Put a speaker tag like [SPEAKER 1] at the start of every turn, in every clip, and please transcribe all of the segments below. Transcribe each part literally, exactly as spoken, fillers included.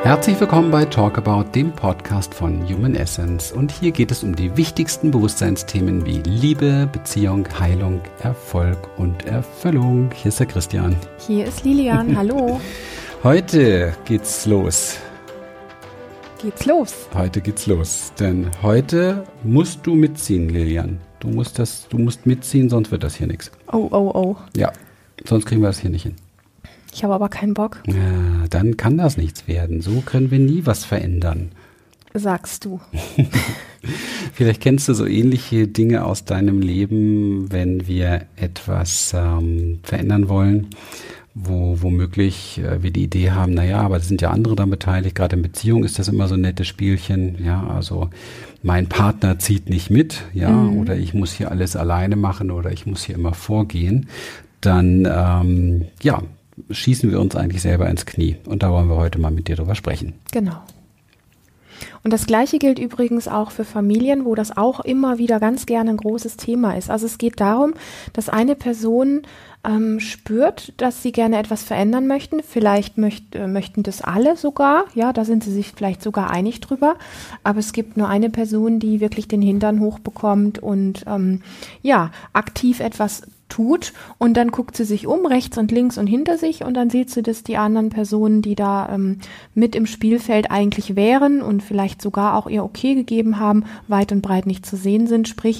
[SPEAKER 1] Herzlich willkommen bei Talk About, dem Podcast von Human Essence. Und hier geht es um die wichtigsten Bewusstseinsthemen wie Liebe, Beziehung, Heilung, Erfolg und Erfüllung. Hier ist der Christian.
[SPEAKER 2] Hier ist Lilian. Hallo.
[SPEAKER 1] Heute geht's los.
[SPEAKER 2] Geht's los?
[SPEAKER 1] Heute geht's los. Denn heute musst du mitziehen, Lilian. Du musst das, du musst mitziehen, sonst wird das hier nichts.
[SPEAKER 2] Oh, oh, oh.
[SPEAKER 1] Ja, sonst kriegen wir das hier nicht hin.
[SPEAKER 2] Ich habe aber keinen Bock.
[SPEAKER 1] Ja, dann kann das nichts werden. So können wir nie was verändern.
[SPEAKER 2] Sagst du.
[SPEAKER 1] Vielleicht kennst du so ähnliche Dinge aus deinem Leben, wenn wir etwas ähm, verändern wollen, wo womöglich äh, wir die Idee haben, naja, aber es sind ja andere daran beteiligt. Gerade in Beziehung ist das immer so ein nettes Spielchen. Ja, also mein Partner zieht nicht mit, ja, mhm. oder ich muss hier alles alleine machen oder ich muss hier immer vorgehen. Dann, ähm, ja, schießen wir uns eigentlich selber ins Knie. Und da wollen wir heute mal mit dir drüber sprechen.
[SPEAKER 2] Genau. Und das Gleiche gilt übrigens auch für Familien, wo das auch immer wieder ganz gerne ein großes Thema ist. Also es geht darum, dass eine Person ähm, spürt, dass sie gerne etwas verändern möchten. Vielleicht möcht, äh, möchten das alle sogar. Ja, da sind sie sich vielleicht sogar einig drüber. Aber es gibt nur eine Person, die wirklich den Hintern hochbekommt und ähm, ja, aktiv etwas tut, und dann guckt sie sich um, rechts und links und hinter sich, und dann sieht sie, dass die anderen Personen, die da ähm, mit im Spielfeld eigentlich wären und vielleicht sogar auch ihr Okay gegeben haben, weit und breit nicht zu sehen sind. Sprich,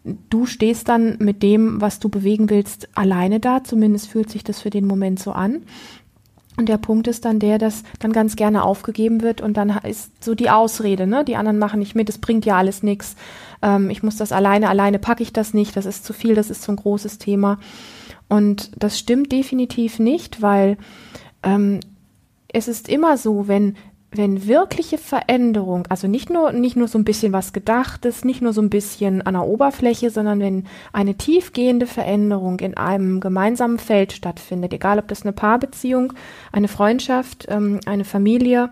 [SPEAKER 2] du stehst dann mit dem, was du bewegen willst, alleine da. Zumindest fühlt sich das für den Moment so an. Und der Punkt ist dann der, dass dann ganz gerne aufgegeben wird, und dann ist so die Ausrede, ne? Die anderen machen nicht mit, es bringt ja alles nichts. Ähm, ich muss das alleine, alleine packe ich das nicht, das ist zu viel, das ist so ein großes Thema. Und das stimmt definitiv nicht, weil ähm, es ist immer so, wenn wenn wirkliche Veränderung, also nicht nur nicht nur so ein bisschen was Gedachtes, nicht nur so ein bisschen an der Oberfläche, sondern wenn eine tiefgehende Veränderung in einem gemeinsamen Feld stattfindet, egal ob das eine Paarbeziehung, eine Freundschaft, ähm, eine Familie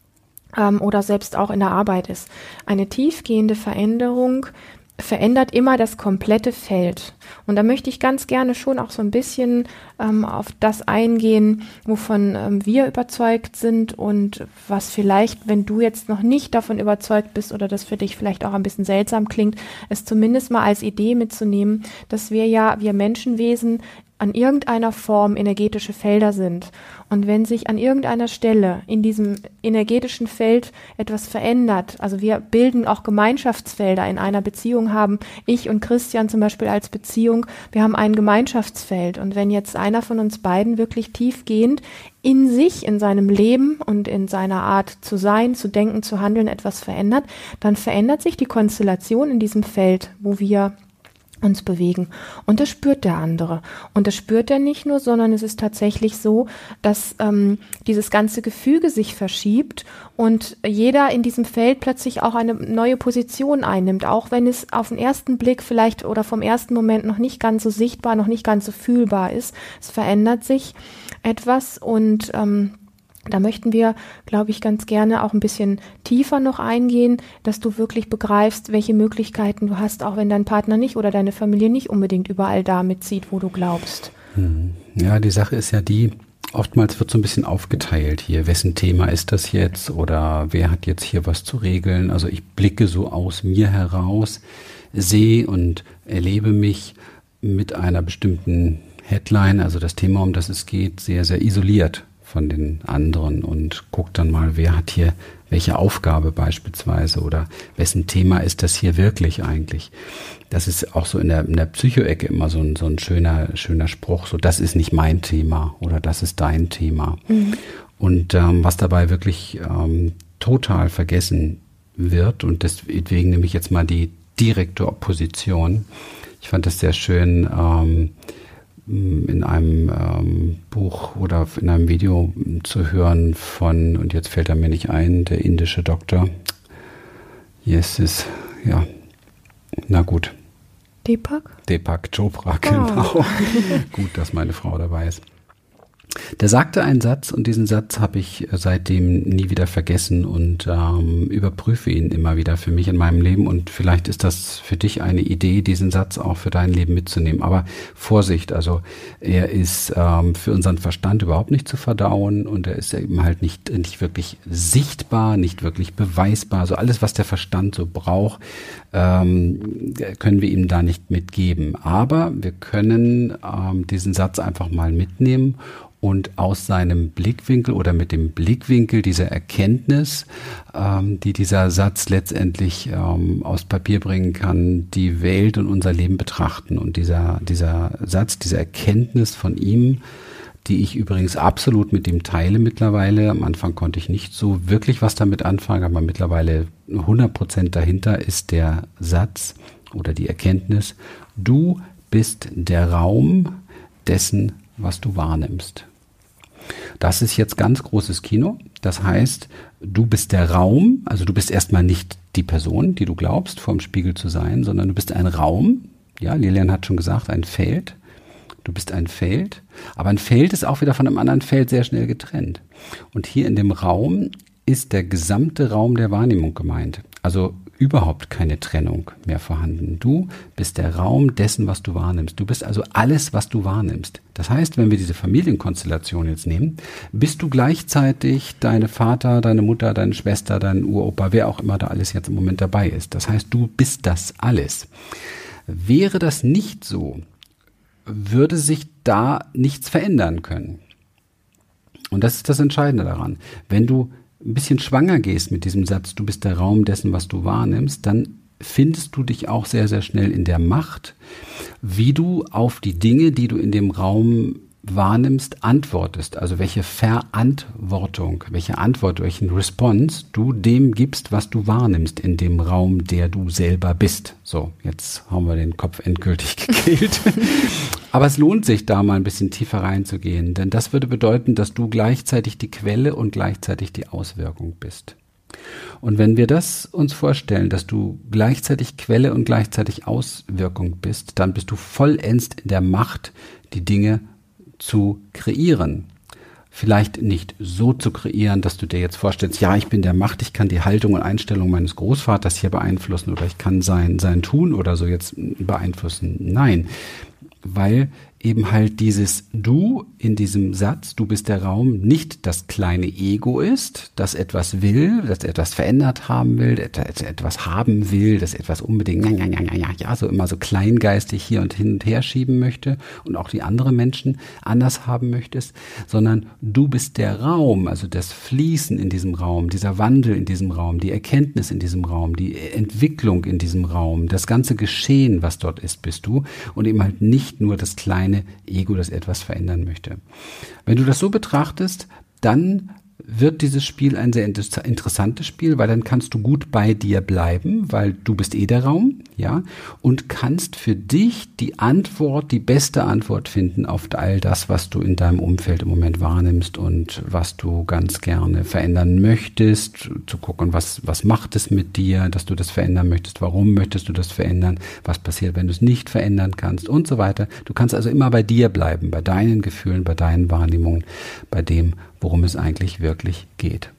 [SPEAKER 2] ähm, oder selbst auch in der Arbeit ist, eine tiefgehende Veränderung verändert immer das komplette Feld. Und da möchte ich ganz gerne schon auch so ein bisschen ähm, auf das eingehen, wovon ähm, wir überzeugt sind, und was vielleicht, wenn du jetzt noch nicht davon überzeugt bist oder das für dich vielleicht auch ein bisschen seltsam klingt, es zumindest mal als Idee mitzunehmen, dass wir ja, wir Menschenwesen, an irgendeiner Form energetische Felder sind. Und wenn sich an irgendeiner Stelle in diesem energetischen Feld etwas verändert, also wir bilden auch Gemeinschaftsfelder in einer Beziehung, haben ich und Christian zum Beispiel als Beziehung, wir haben ein Gemeinschaftsfeld. Und wenn jetzt einer von uns beiden wirklich tiefgehend in sich, in seinem Leben und in seiner Art zu sein, zu denken, zu handeln etwas verändert, dann verändert sich die Konstellation in diesem Feld, wo wir uns bewegen. Und das spürt der andere. Und das spürt er nicht nur, sondern es ist tatsächlich so, dass ähm, dieses ganze Gefüge sich verschiebt und jeder in diesem Feld plötzlich auch eine neue Position einnimmt, auch wenn es auf den ersten Blick vielleicht oder vom ersten Moment noch nicht ganz so sichtbar, noch nicht ganz so fühlbar ist. Es verändert sich etwas, und ähm, da möchten wir, glaube ich, ganz gerne auch ein bisschen tiefer noch eingehen, dass du wirklich begreifst, welche Möglichkeiten du hast, auch wenn dein Partner nicht oder deine Familie nicht unbedingt überall da mitzieht, wo du glaubst.
[SPEAKER 1] Ja, die Sache ist ja die, oftmals wird so ein bisschen aufgeteilt hier, wessen Thema ist das jetzt oder wer hat jetzt hier was zu regeln. Also ich blicke so aus mir heraus, sehe und erlebe mich mit einer bestimmten Headline, also das Thema, um das es geht, sehr, sehr isoliert von den anderen, und guckt dann mal, wer hat hier welche Aufgabe beispielsweise oder wessen Thema ist das hier wirklich eigentlich. Das ist auch so in der, in der Psycho-Ecke immer so ein, so ein schöner, schöner Spruch, so das ist nicht mein Thema oder das ist dein Thema. Mhm. Und ähm, was dabei wirklich ähm, total vergessen wird, und deswegen nehme ich jetzt mal die direkte Opposition. Ich fand das sehr schön, ähm, in einem ähm, Buch oder in einem Video zu hören von, und jetzt fällt er mir nicht ein, der indische Doktor. Yes, ist, ja, na gut.
[SPEAKER 2] Deepak?
[SPEAKER 1] Deepak Chopra, genau.
[SPEAKER 2] Oh.
[SPEAKER 1] Gut, dass meine Frau dabei ist. Der sagte einen Satz und diesen Satz habe ich seitdem nie wieder vergessen und ähm, überprüfe ihn immer wieder für mich in meinem Leben und vielleicht ist das für dich eine Idee, diesen Satz auch für dein Leben mitzunehmen. Aber Vorsicht, also er ist ähm, für unseren Verstand überhaupt nicht zu verdauen und er ist eben halt nicht, nicht wirklich sichtbar, nicht wirklich beweisbar. Also alles, was der Verstand so braucht, ähm, können wir ihm da nicht mitgeben. Aber wir können ähm, diesen Satz einfach mal mitnehmen und aus seinem Blickwinkel oder mit dem Blickwinkel dieser Erkenntnis, ähm, die dieser Satz letztendlich ähm, aufs Papier bringen kann, die Welt und unser Leben betrachten. Und dieser, dieser Satz, diese Erkenntnis von ihm, die ich übrigens absolut mit ihm teile mittlerweile. Am Anfang konnte ich nicht so wirklich was damit anfangen, aber mittlerweile hundert Prozent dahinter ist der Satz oder die Erkenntnis, du bist der Raum dessen, was du wahrnimmst. Das ist jetzt ganz großes Kino. Das heißt, du bist der Raum, also du bist erstmal nicht die Person, die du glaubst, vorm Spiegel zu sein, sondern du bist ein Raum. Ja, Lilian hat schon gesagt, ein Feld. Du bist ein Feld, aber ein Feld ist auch wieder von einem anderen Feld sehr schnell getrennt. Und hier in dem Raum ist der gesamte Raum der Wahrnehmung gemeint. Also überhaupt keine Trennung mehr vorhanden. Du bist der Raum dessen, was du wahrnimmst. Du bist also alles, was du wahrnimmst. Das heißt, wenn wir diese Familienkonstellation jetzt nehmen, bist du gleichzeitig deine Vater, deine Mutter, deine Schwester, dein Uropa, wer auch immer da alles jetzt im Moment dabei ist. Das heißt, du bist das alles. Wäre das nicht so, würde sich da nichts verändern können. Und das ist das Entscheidende daran. Wenn du ein bisschen schwanger gehst mit diesem Satz, du bist der Raum dessen, was du wahrnimmst, dann findest du dich auch sehr, sehr schnell in der Macht, wie du auf die Dinge, die du in dem Raum wahrnimmst, antwortest. Also welche Verantwortung, welche Antwort, welchen Response du dem gibst, was du wahrnimmst in dem Raum, der du selber bist. So, jetzt haben wir den Kopf endgültig gekillt. Aber es lohnt sich, da mal ein bisschen tiefer reinzugehen, denn das würde bedeuten, dass du gleichzeitig die Quelle und gleichzeitig die Auswirkung bist. Und wenn wir das uns vorstellen, dass du gleichzeitig Quelle und gleichzeitig Auswirkung bist, dann bist du vollends in der Macht, die Dinge zu kreieren. Vielleicht nicht so zu kreieren, dass du dir jetzt vorstellst, ja, ich bin der Macht, ich kann die Haltung und Einstellung meines Großvaters hier beeinflussen oder ich kann sein, sein Tun oder so jetzt beeinflussen. Nein, weil eben halt dieses Du in diesem Satz, du bist der Raum, nicht das kleine Ego ist, das etwas will, das etwas verändert haben will, das etwas haben will, das etwas unbedingt, ja, ja, ja, ja, ja, so immer so kleingeistig hier und hin und her schieben möchte und auch die anderen Menschen anders haben möchtest, sondern du bist der Raum, also das Fließen in diesem Raum, dieser Wandel in diesem Raum, die Erkenntnis in diesem Raum, die Entwicklung in diesem Raum, das ganze Geschehen, was dort ist, bist du und eben halt nicht nur das kleine Ego, das etwas verändern möchte. Wenn du das so betrachtest, dann wird dieses Spiel ein sehr interessantes Spiel, weil dann kannst du gut bei dir bleiben, weil du bist eh der Raum, ja, und kannst für dich die Antwort, die beste Antwort finden auf all das, was du in deinem Umfeld im Moment wahrnimmst und was du ganz gerne verändern möchtest, zu gucken, was, was macht es mit dir, dass du das verändern möchtest, warum möchtest du das verändern, was passiert, wenn du es nicht verändern kannst und so weiter. Du kannst also immer bei dir bleiben, bei deinen Gefühlen, bei deinen Wahrnehmungen, bei dem, worum es eigentlich wirklich geht.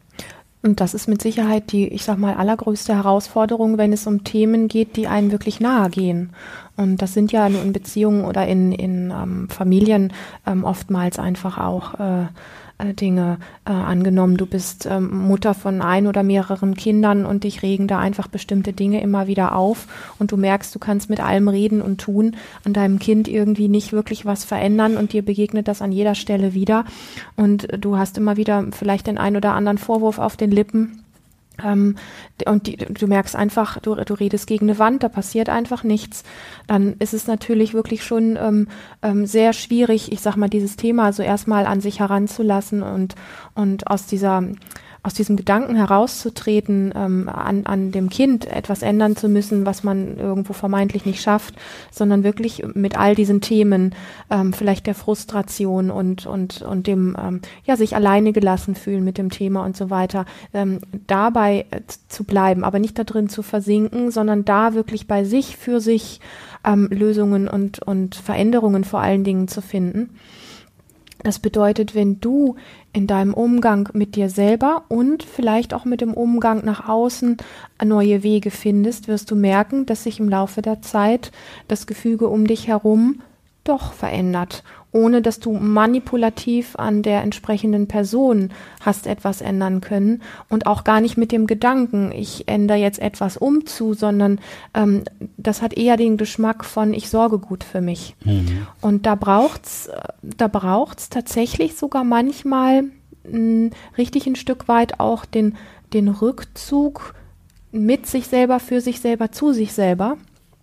[SPEAKER 2] Und das ist mit Sicherheit die, ich sag mal, allergrößte Herausforderung, wenn es um Themen geht, die einem wirklich nahe gehen. Und das sind ja in Beziehungen oder in, in ähm, Familien ähm, oftmals einfach auch äh, Dinge äh, angenommen. Du bist ähm, Mutter von ein oder mehreren Kindern und dich regen da einfach bestimmte Dinge immer wieder auf und du merkst, du kannst mit allem reden und tun, an deinem Kind irgendwie nicht wirklich was verändern und dir begegnet das an jeder Stelle wieder und du hast immer wieder vielleicht den ein oder anderen Vorwurf auf den Lippen. Ähm, und die, du merkst einfach, du, du redest gegen eine Wand, da passiert einfach nichts, dann ist es natürlich wirklich schon ähm, ähm, sehr schwierig, ich sag mal, dieses Thema so erstmal an sich heranzulassen und, und aus dieser aus diesem Gedanken herauszutreten, ähm, an, an dem Kind etwas ändern zu müssen, was man irgendwo vermeintlich nicht schafft, sondern wirklich mit all diesen Themen, ähm, vielleicht der Frustration und und und dem ähm, ja sich alleine gelassen fühlen mit dem Thema und so weiter, ähm, dabei äh, zu bleiben, aber nicht da drin zu versinken, sondern da wirklich bei sich für sich ähm, Lösungen und und Veränderungen vor allen Dingen zu finden. Das bedeutet, wenn du in deinem Umgang mit dir selber und vielleicht auch mit dem Umgang nach außen neue Wege findest, wirst du merken, dass sich im Laufe der Zeit das Gefüge um dich herum doch verändert, ohne dass du manipulativ an der entsprechenden Person hast etwas ändern können und auch gar nicht mit dem Gedanken, ich ändere jetzt etwas um zu, sondern ähm, das hat eher den Geschmack von, ich sorge gut für mich. Mhm. Und da braucht's, da braucht's tatsächlich sogar manchmal mh, richtig ein Stück weit auch den, den Rückzug mit sich selber, für sich selber, zu sich selber,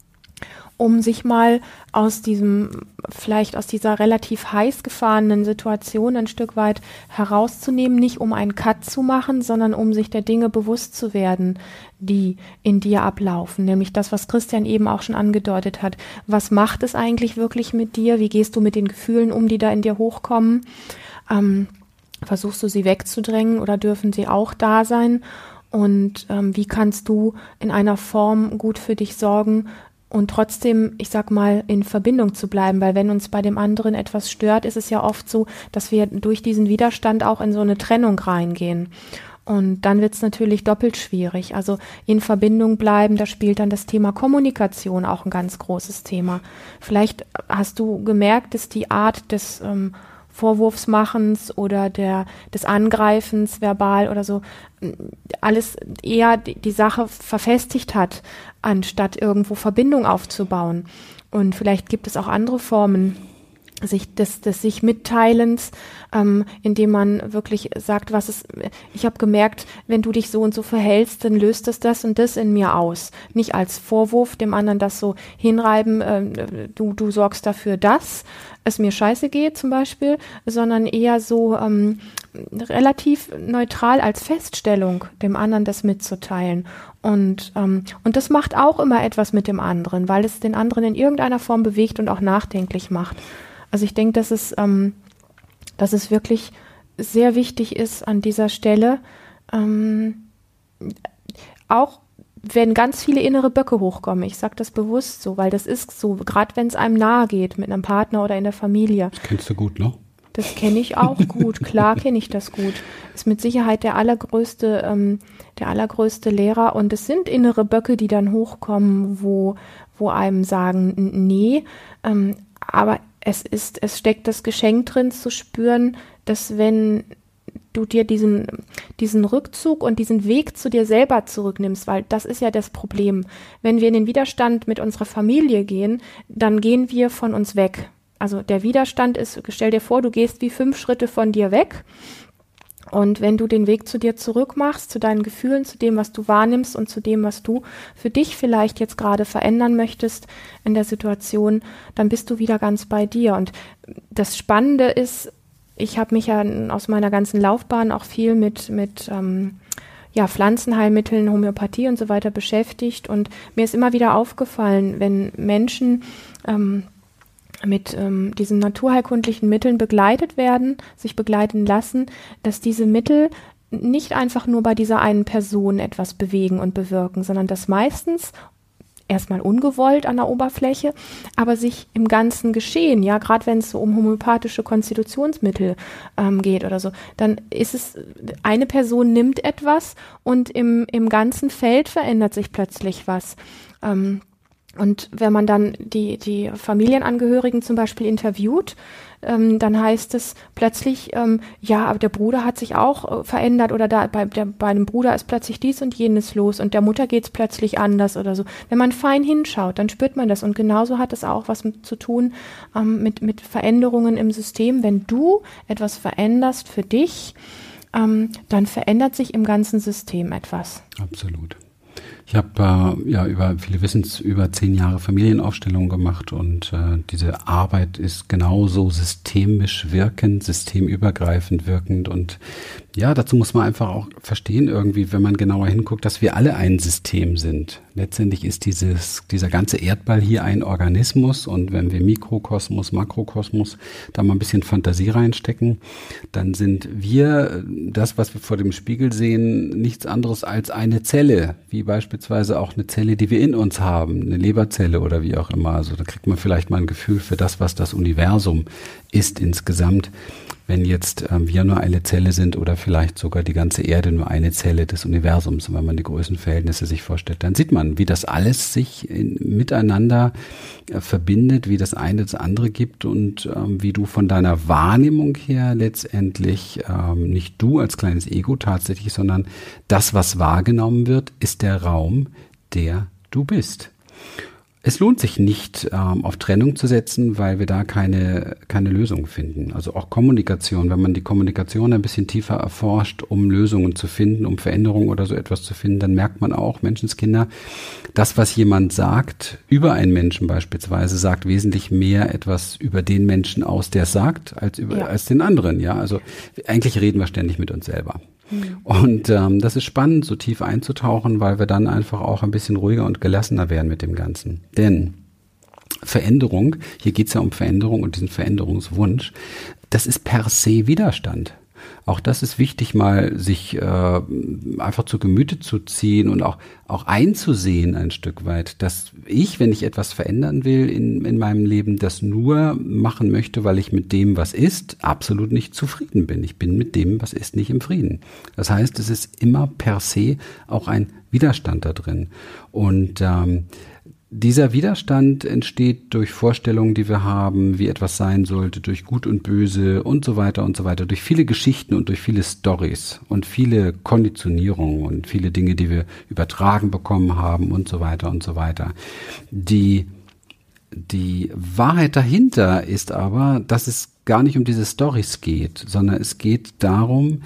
[SPEAKER 2] um sich mal aus diesem, vielleicht aus dieser relativ heiß gefahrenen Situation ein Stück weit herauszunehmen, nicht um einen Cut zu machen, sondern um sich der Dinge bewusst zu werden, die in dir ablaufen. Nämlich das, was Christian eben auch schon angedeutet hat. Was macht es eigentlich wirklich mit dir? Wie gehst du mit den Gefühlen um, die da in dir hochkommen? Ähm, versuchst du sie wegzudrängen oder dürfen sie auch da sein? Und ähm, wie kannst du in einer Form gut für dich sorgen, und trotzdem, ich sag mal, in Verbindung zu bleiben, weil wenn uns bei dem anderen etwas stört, ist es ja oft so, dass wir durch diesen Widerstand auch in so eine Trennung reingehen. Und dann wird es natürlich doppelt schwierig. Also in Verbindung bleiben, da spielt dann das Thema Kommunikation auch ein ganz großes Thema. Vielleicht hast du gemerkt, dass die Art des ähm, Vorwurfsmachens oder der des Angreifens verbal oder so alles eher die, die Sache verfestigt hat, anstatt irgendwo Verbindung aufzubauen. Und vielleicht gibt es auch andere Formen sich des, des sich Mitteilens, ähm, indem man wirklich sagt, was ist, ich habe gemerkt, wenn du dich so und so verhältst, dann löst es das und das in mir aus. Nicht als Vorwurf dem anderen das so hinreiben, äh, du, du sorgst dafür, dass es mir scheiße geht zum Beispiel, sondern eher so ähm, relativ neutral als Feststellung, dem anderen das mitzuteilen. Und, ähm, und das macht auch immer etwas mit dem anderen, weil es den anderen in irgendeiner Form bewegt und auch nachdenklich macht. Also ich denke, dass es, ähm, dass es wirklich sehr wichtig ist an dieser Stelle, ähm, auch wenn ganz viele innere Böcke hochkommen, ich sage das bewusst so, weil das ist so, gerade wenn es einem nahe geht, mit einem Partner oder in der Familie.
[SPEAKER 1] Das kennst du gut, ne?
[SPEAKER 2] Das kenne ich auch gut, klar kenne ich das gut. Ist mit Sicherheit der allergrößte, ähm, der allergrößte Lehrer und es sind innere Böcke, die dann hochkommen, wo, wo einem sagen, nee, ähm, aber es ist, es steckt das Geschenk drin zu spüren, dass wenn du dir diesen, diesen Rückzug und diesen Weg zu dir selber zurücknimmst, weil das ist ja das Problem. Wenn wir in den Widerstand mit unserer Familie gehen, dann gehen wir von uns weg. Also der Widerstand ist, stell dir vor, du gehst wie fünf Schritte von dir weg. Und wenn du den Weg zu dir zurück machst, zu deinen Gefühlen, zu dem, was du wahrnimmst und zu dem, was du für dich vielleicht jetzt gerade verändern möchtest in der Situation, dann bist du wieder ganz bei dir. Und das Spannende ist, ich habe mich ja aus meiner ganzen Laufbahn auch viel mit, mit ähm, ja, Pflanzenheilmitteln, Homöopathie und so weiter beschäftigt. Und mir ist immer wieder aufgefallen, wenn Menschen ähm, mit ähm, diesen naturheilkundlichen Mitteln begleitet werden, sich begleiten lassen, dass diese Mittel nicht einfach nur bei dieser einen Person etwas bewegen und bewirken, sondern dass meistens erstmal ungewollt an der Oberfläche, aber sich im ganzen Geschehen, ja, gerade wenn es so um homöopathische Konstitutionsmittel ähm, geht oder so, dann ist es, eine Person nimmt etwas und im, im ganzen Feld verändert sich plötzlich was. Ähm, Und wenn man dann die, die Familienangehörigen zum Beispiel interviewt, ähm, dann heißt es plötzlich, ähm, ja, aber der Bruder hat sich auch äh, verändert oder da bei, der, bei einem Bruder ist plötzlich dies und jenes los und der Mutter geht's plötzlich anders oder so. Wenn man fein hinschaut, dann spürt man das und genauso hat es auch was mit, zu tun ähm, mit, mit Veränderungen im System. Wenn du etwas veränderst für dich, ähm, dann verändert sich im ganzen System etwas.
[SPEAKER 1] Absolut. Ich habe äh, ja über, viele wissen es, über zehn Jahre Familienaufstellung gemacht und äh, diese Arbeit ist genauso systemisch wirkend, systemübergreifend wirkend und ja, dazu muss man einfach auch verstehen irgendwie, wenn man genauer hinguckt, dass wir alle ein System sind. Letztendlich ist dieses, dieser ganze Erdball hier ein Organismus und wenn wir Mikrokosmos, Makrokosmos da mal ein bisschen Fantasie reinstecken, dann sind wir, das, was wir vor dem Spiegel sehen, nichts anderes als eine Zelle, wie beispielsweise beispielsweise auch eine Zelle, die wir in uns haben, eine Leberzelle oder wie auch immer. Also da kriegt man vielleicht mal ein Gefühl für das, was das Universum ist insgesamt. Wenn jetzt ähm, wir nur eine Zelle sind oder vielleicht sogar die ganze Erde nur eine Zelle des Universums, und wenn man die Größenverhältnisse sich vorstellt, dann sieht man, wie das alles sich in, miteinander äh, verbindet, wie das eine das andere gibt und ähm, wie du von deiner Wahrnehmung her letztendlich, ähm, nicht du als kleines Ego tatsächlich, sondern das, was wahrgenommen wird, ist der Raum, der du bist. Es lohnt sich nicht, ähm, auf Trennung zu setzen, weil wir da keine, keine Lösung finden. Also auch Kommunikation, wenn man die Kommunikation ein bisschen tiefer erforscht, um Lösungen zu finden, um Veränderungen oder so etwas zu finden, dann merkt man auch, Menschenskinder, das, was jemand sagt, über einen Menschen beispielsweise, sagt wesentlich mehr etwas über den Menschen aus, der es sagt, als über, ja. als den anderen. Ja, also eigentlich reden wir ständig mit uns selber. Und ähm, das ist spannend, so tief einzutauchen, weil wir dann einfach auch ein bisschen ruhiger und gelassener werden mit dem Ganzen. Denn Veränderung, hier geht es ja um Veränderung und diesen Veränderungswunsch, das ist per se Widerstand. Auch das ist wichtig, mal sich äh, einfach zu Gemüte zu ziehen und auch, auch einzusehen ein Stück weit, dass ich, wenn ich etwas verändern will in, in meinem Leben, das nur machen möchte, weil ich mit dem, was ist, absolut nicht zufrieden bin. Ich bin mit dem, was ist, nicht im Frieden. Das heißt, es ist immer per se auch ein Widerstand da drin. Und ähm, dieser Widerstand entsteht durch Vorstellungen, die wir haben, wie etwas sein sollte, durch Gut und Böse und so weiter und so weiter, durch viele Geschichten und durch viele Storys und viele Konditionierungen und viele Dinge, die wir übertragen bekommen haben und so weiter und so weiter. Die, die Wahrheit dahinter ist aber, dass es gar nicht um diese Storys geht, sondern es geht darum,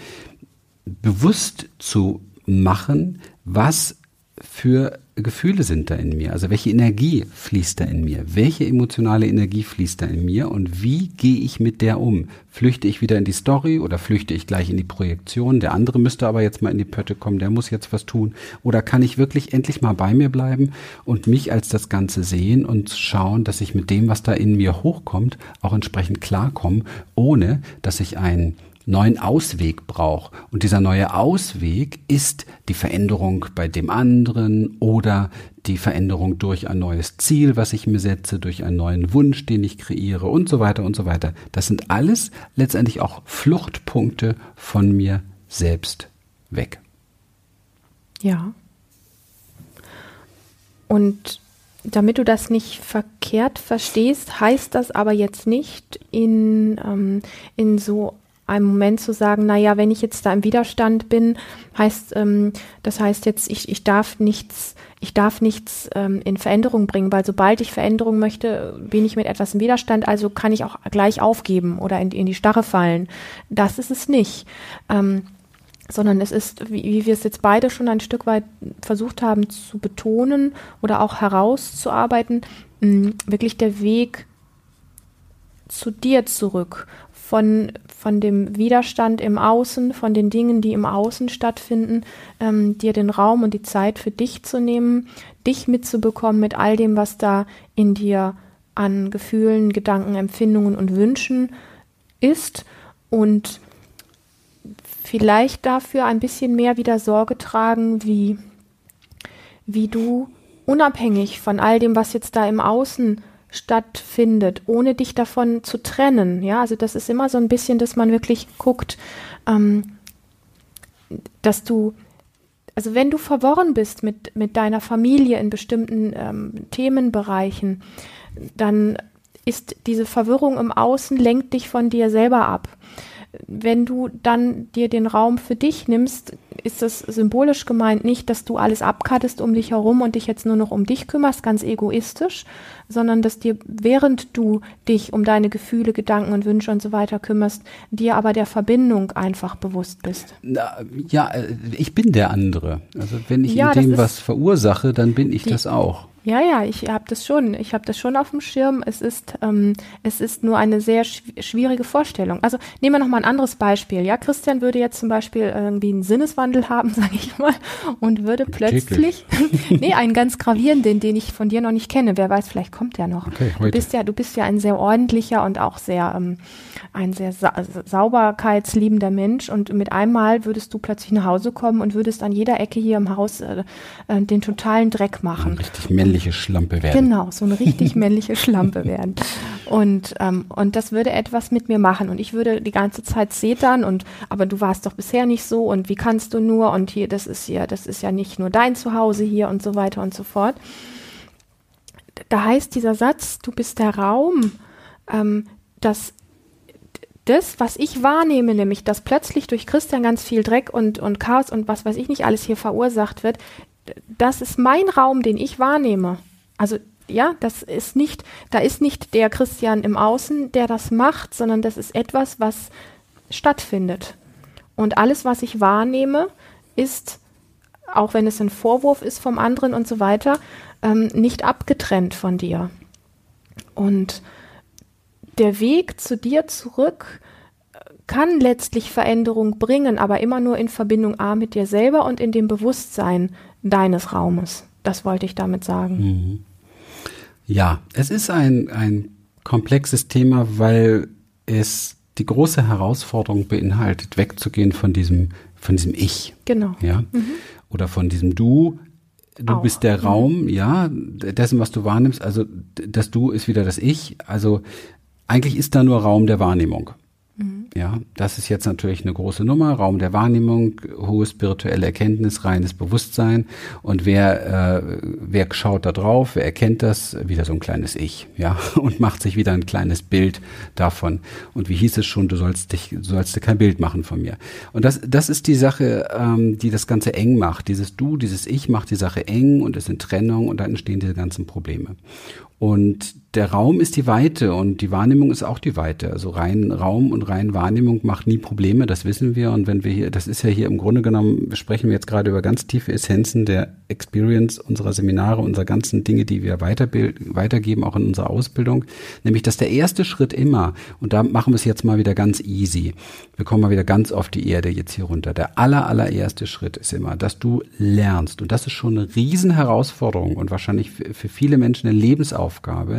[SPEAKER 1] bewusst zu machen, was für Gefühle sind da in mir, also welche Energie fließt da in mir, welche emotionale Energie fließt da in mir und wie gehe ich mit der um? Flüchte ich wieder in die Story oder flüchte ich gleich in die Projektion? Der andere müsste aber jetzt mal in die Pötte kommen, der muss jetzt was tun. Oder kann ich wirklich endlich mal bei mir bleiben und mich als das Ganze sehen und schauen, dass ich mit dem, was da in mir hochkommt, auch entsprechend klarkomme, ohne dass ich einen neuen Ausweg brauche. Und dieser neue Ausweg ist die Veränderung bei dem anderen oder die Veränderung durch ein neues Ziel, was ich mir setze, durch einen neuen Wunsch, den ich kreiere und so weiter und so weiter. Das sind alles letztendlich auch Fluchtpunkte von mir selbst weg.
[SPEAKER 2] Ja. Und damit du das nicht verkehrt verstehst, heißt das aber jetzt nicht in, ähm, in so einem Moment zu sagen, naja, wenn ich jetzt da im Widerstand bin, heißt, ähm, das heißt jetzt, ich, ich darf nichts, ich darf nichts ähm, in Veränderung bringen, weil sobald ich Veränderung möchte, bin ich mit etwas im Widerstand, also kann ich auch gleich aufgeben oder in, in die Starre fallen. Das ist es nicht. Ähm, sondern es ist, wie, wie wir es jetzt beide schon ein Stück weit versucht haben zu betonen oder auch herauszuarbeiten, mh, wirklich der Weg zu dir zurück. Von, von dem Widerstand im Außen, von den Dingen, die im Außen stattfinden, ähm, dir den Raum und die Zeit für dich zu nehmen, dich mitzubekommen mit all dem, was da in dir an Gefühlen, Gedanken, Empfindungen und Wünschen ist und vielleicht dafür ein bisschen mehr wieder Sorge tragen, wie, wie du unabhängig von all dem, was jetzt da im Außen stattfindet, ohne dich davon zu trennen. Ja, also das ist immer so ein bisschen, dass man wirklich guckt, ähm, dass du, also wenn du verworren bist mit, mit deiner Familie in bestimmten ähm, Themenbereichen, dann ist diese Verwirrung im Außen, lenkt dich von dir selber ab. Wenn du dann dir den Raum für dich nimmst, ist das symbolisch gemeint nicht, dass du alles abkattest um dich herum und dich jetzt nur noch um dich kümmerst, ganz egoistisch, sondern dass dir, während du dich um deine Gefühle, Gedanken und Wünsche und so weiter kümmerst, dir aber der Verbindung einfach bewusst bist.
[SPEAKER 1] Na, ja, ich bin der andere. Also wenn ich
[SPEAKER 2] ja,
[SPEAKER 1] in dem was verursache, dann bin ich
[SPEAKER 2] die,
[SPEAKER 1] das auch.
[SPEAKER 2] Ja, ja, ich habe das schon. Ich habe das schon auf dem Schirm. Es ist, ähm, es ist nur eine sehr schw- schwierige Vorstellung. Also nehmen wir noch mal ein anderes Beispiel. Ja, Christian würde jetzt zum Beispiel irgendwie einen Sinneswandel haben, sage ich mal, und würde plötzlich, nee, einen ganz gravierenden, den ich von dir noch nicht kenne. Wer weiß, vielleicht kommt der noch.
[SPEAKER 1] Okay,
[SPEAKER 2] du bist ja, du bist ja ein sehr ordentlicher und auch sehr, ähm, ein sehr sa- sauberkeitsliebender Mensch. Und mit einmal würdest du plötzlich nach Hause kommen und würdest an jeder Ecke hier im Haus äh, äh, den totalen Dreck machen.
[SPEAKER 1] Eine richtig männliche Schlampe werden.
[SPEAKER 2] Genau, so eine richtig männliche Schlampe werden. Und, ähm, und das würde etwas mit mir machen. Und ich würde die ganze Zeit zetern und, aber du warst doch bisher nicht so und wie kannst du nur und hier, das ist ja, das ist ja nicht nur dein Zuhause hier und so weiter und so fort. Da heißt dieser Satz, du bist der Raum, ähm, dass das, was ich wahrnehme, nämlich, dass plötzlich durch Christian ganz viel Dreck und, und Chaos und was weiß ich nicht alles hier verursacht wird, das ist mein Raum, den ich wahrnehme. Also ja, das ist nicht, da ist nicht der Christian im Außen, der das macht, sondern das ist etwas, was stattfindet. Und alles, was ich wahrnehme, ist, auch wenn es ein Vorwurf ist vom anderen und so weiter, ähm, nicht abgetrennt von dir. Und der Weg zu dir zurück kann letztlich Veränderung bringen, aber immer nur in Verbindung A mit dir selber und in dem Bewusstsein deines Raumes. Das wollte ich damit sagen.
[SPEAKER 1] Mhm. Ja, es ist ein, ein komplexes Thema, weil es die große Herausforderung beinhaltet, wegzugehen von diesem, von diesem Ich.
[SPEAKER 2] Genau.
[SPEAKER 1] Ja? Mhm. Oder von diesem Du. Du
[SPEAKER 2] Auch.
[SPEAKER 1] bist der Raum, mhm. ja, dessen, was du wahrnimmst. Also das Du ist wieder das Ich. Also eigentlich ist da nur Raum der Wahrnehmung. Mhm. Ja, das ist jetzt natürlich eine große Nummer, Raum der Wahrnehmung, hohe spirituelle Erkenntnis, reines Bewusstsein. Und wer, äh, wer schaut da drauf, wer erkennt das? Wieder so ein kleines Ich, ja, und macht sich wieder ein kleines Bild davon. Und wie hieß es schon, du sollst dich, du sollst dir kein Bild machen von mir. Und das, das ist die Sache, ähm, die das Ganze eng macht. Dieses Du, dieses Ich macht die Sache eng und es sind Trennung und dann entstehen diese ganzen Probleme. Und der Raum ist die Weite und die Wahrnehmung ist auch die Weite. Also rein Raum und rein Wahrnehmung macht nie Probleme, das wissen wir. Und wenn wir hier, das ist ja hier im Grunde genommen, sprechen wir jetzt gerade über ganz tiefe Essenzen der Experience unserer Seminare, unserer ganzen Dinge, die wir weiterbild, weitergeben, auch in unserer Ausbildung. Nämlich, dass der erste Schritt immer, und da machen wir es jetzt mal wieder ganz easy, wir kommen mal wieder ganz auf die Erde jetzt hier runter. Der aller, allererste Schritt ist immer, dass du lernst. Und das ist schon eine Riesenherausforderung und wahrscheinlich für, für viele Menschen eine Lebensaufgabe,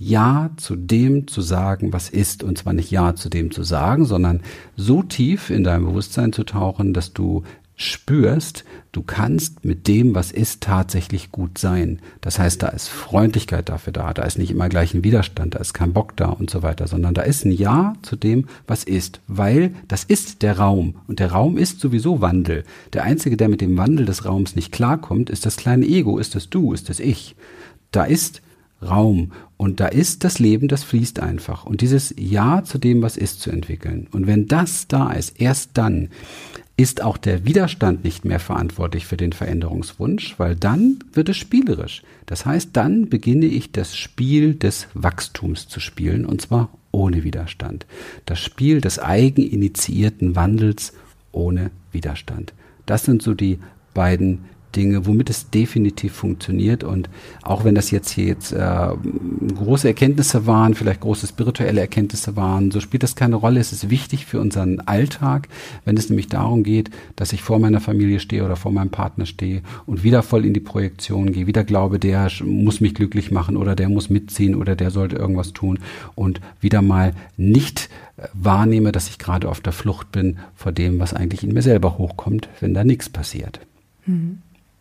[SPEAKER 1] Ja zu dem zu sagen, was ist. Und zwar nicht Ja zu dem zu sagen, sondern so tief in dein Bewusstsein zu tauchen, dass du spürst, du kannst mit dem, was ist, tatsächlich gut sein. Das heißt, da ist Freundlichkeit dafür da, da ist nicht immer gleich ein Widerstand, da ist kein Bock da und so weiter, sondern da ist ein Ja zu dem, was ist, weil das ist der Raum und der Raum ist sowieso Wandel. Der Einzige, der mit dem Wandel des Raums nicht klarkommt, ist das kleine Ego, ist das Du, ist das Ich. Da ist Raum und da ist das Leben, das fließt einfach und dieses Ja zu dem, was ist, zu entwickeln. Und wenn das da ist, erst dann ist auch der Widerstand nicht mehr verantwortlich für den Veränderungswunsch, weil dann wird es spielerisch. Das heißt, dann beginne ich das Spiel des Wachstums zu spielen und zwar ohne Widerstand. Das Spiel des eigeninitiierten Wandels ohne Widerstand. Das sind so die beiden Dinge, womit es definitiv funktioniert und auch wenn das jetzt hier jetzt äh, große Erkenntnisse waren, vielleicht große spirituelle Erkenntnisse waren, so spielt das keine Rolle. Es ist wichtig für unseren Alltag, wenn es nämlich darum geht, dass ich vor meiner Familie stehe oder vor meinem Partner stehe und wieder voll in die Projektion gehe, wieder glaube, der muss mich glücklich machen oder der muss mitziehen oder der sollte irgendwas tun und wieder mal nicht wahrnehme, dass ich gerade auf der Flucht bin vor dem, was eigentlich in mir selber hochkommt, wenn da nichts passiert. Mhm.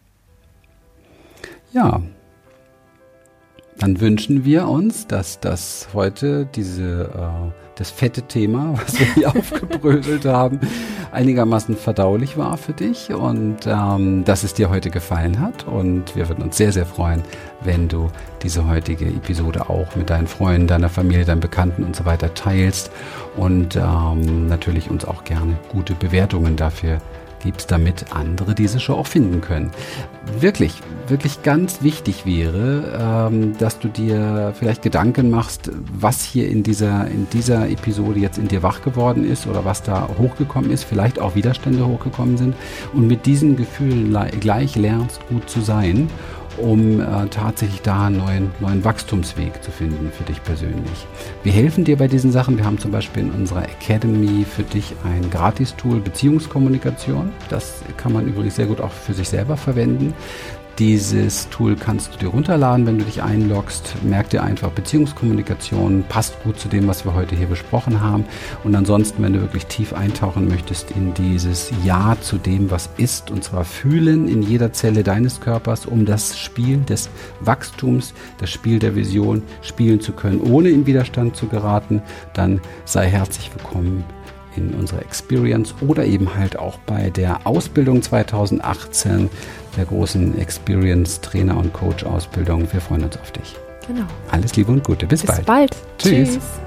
[SPEAKER 1] Ja, dann wünschen wir uns, dass das heute diese, äh, das fette Thema, was wir hier aufgebröselt haben, einigermaßen verdaulich war für dich und ähm, dass es dir heute gefallen hat. Und wir würden uns sehr, sehr freuen, wenn du diese heutige Episode auch mit deinen Freunden, deiner Familie, deinen Bekannten und so weiter teilst und ähm, natürlich uns auch gerne gute Bewertungen dafür gibst, damit andere diese Show auch finden können. Wirklich, wirklich ganz wichtig wäre, ähm, dass du dir vielleicht Gedanken machst, was hier in dieser, in dieser Episode jetzt in dir wach geworden ist oder was da hochgekommen ist, vielleicht auch Widerstände hochgekommen sind und mit diesen Gefühlen gleich lernst, gut zu sein um äh, tatsächlich da einen neuen, neuen Wachstumsweg zu finden für dich persönlich. Wir helfen dir bei diesen Sachen. Wir haben zum Beispiel in unserer Academy für dich ein Gratis-Tool Beziehungskommunikation. Das kann man übrigens sehr gut auch für sich selber verwenden. Dieses Tool kannst du dir runterladen, wenn du dich einloggst. Merk dir einfach, Beziehungskommunikation passt gut zu dem, was wir heute hier besprochen haben. Und ansonsten, wenn du wirklich tief eintauchen möchtest in dieses Ja zu dem, was ist, und zwar fühlen in jeder Zelle deines Körpers, um das Spiel des Wachstums, das Spiel der Vision spielen zu können, ohne in Widerstand zu geraten, dann sei herzlich willkommen in unserer Experience oder eben halt auch bei der Ausbildung zwanzig achtzehn, der großen Experience Trainer und Coach Ausbildung. Wir freuen uns auf dich.
[SPEAKER 2] Genau.
[SPEAKER 1] Alles Liebe und Gute. Bis,
[SPEAKER 2] Bis
[SPEAKER 1] bald.
[SPEAKER 2] bald.
[SPEAKER 1] Tschüss.
[SPEAKER 2] Tschüss.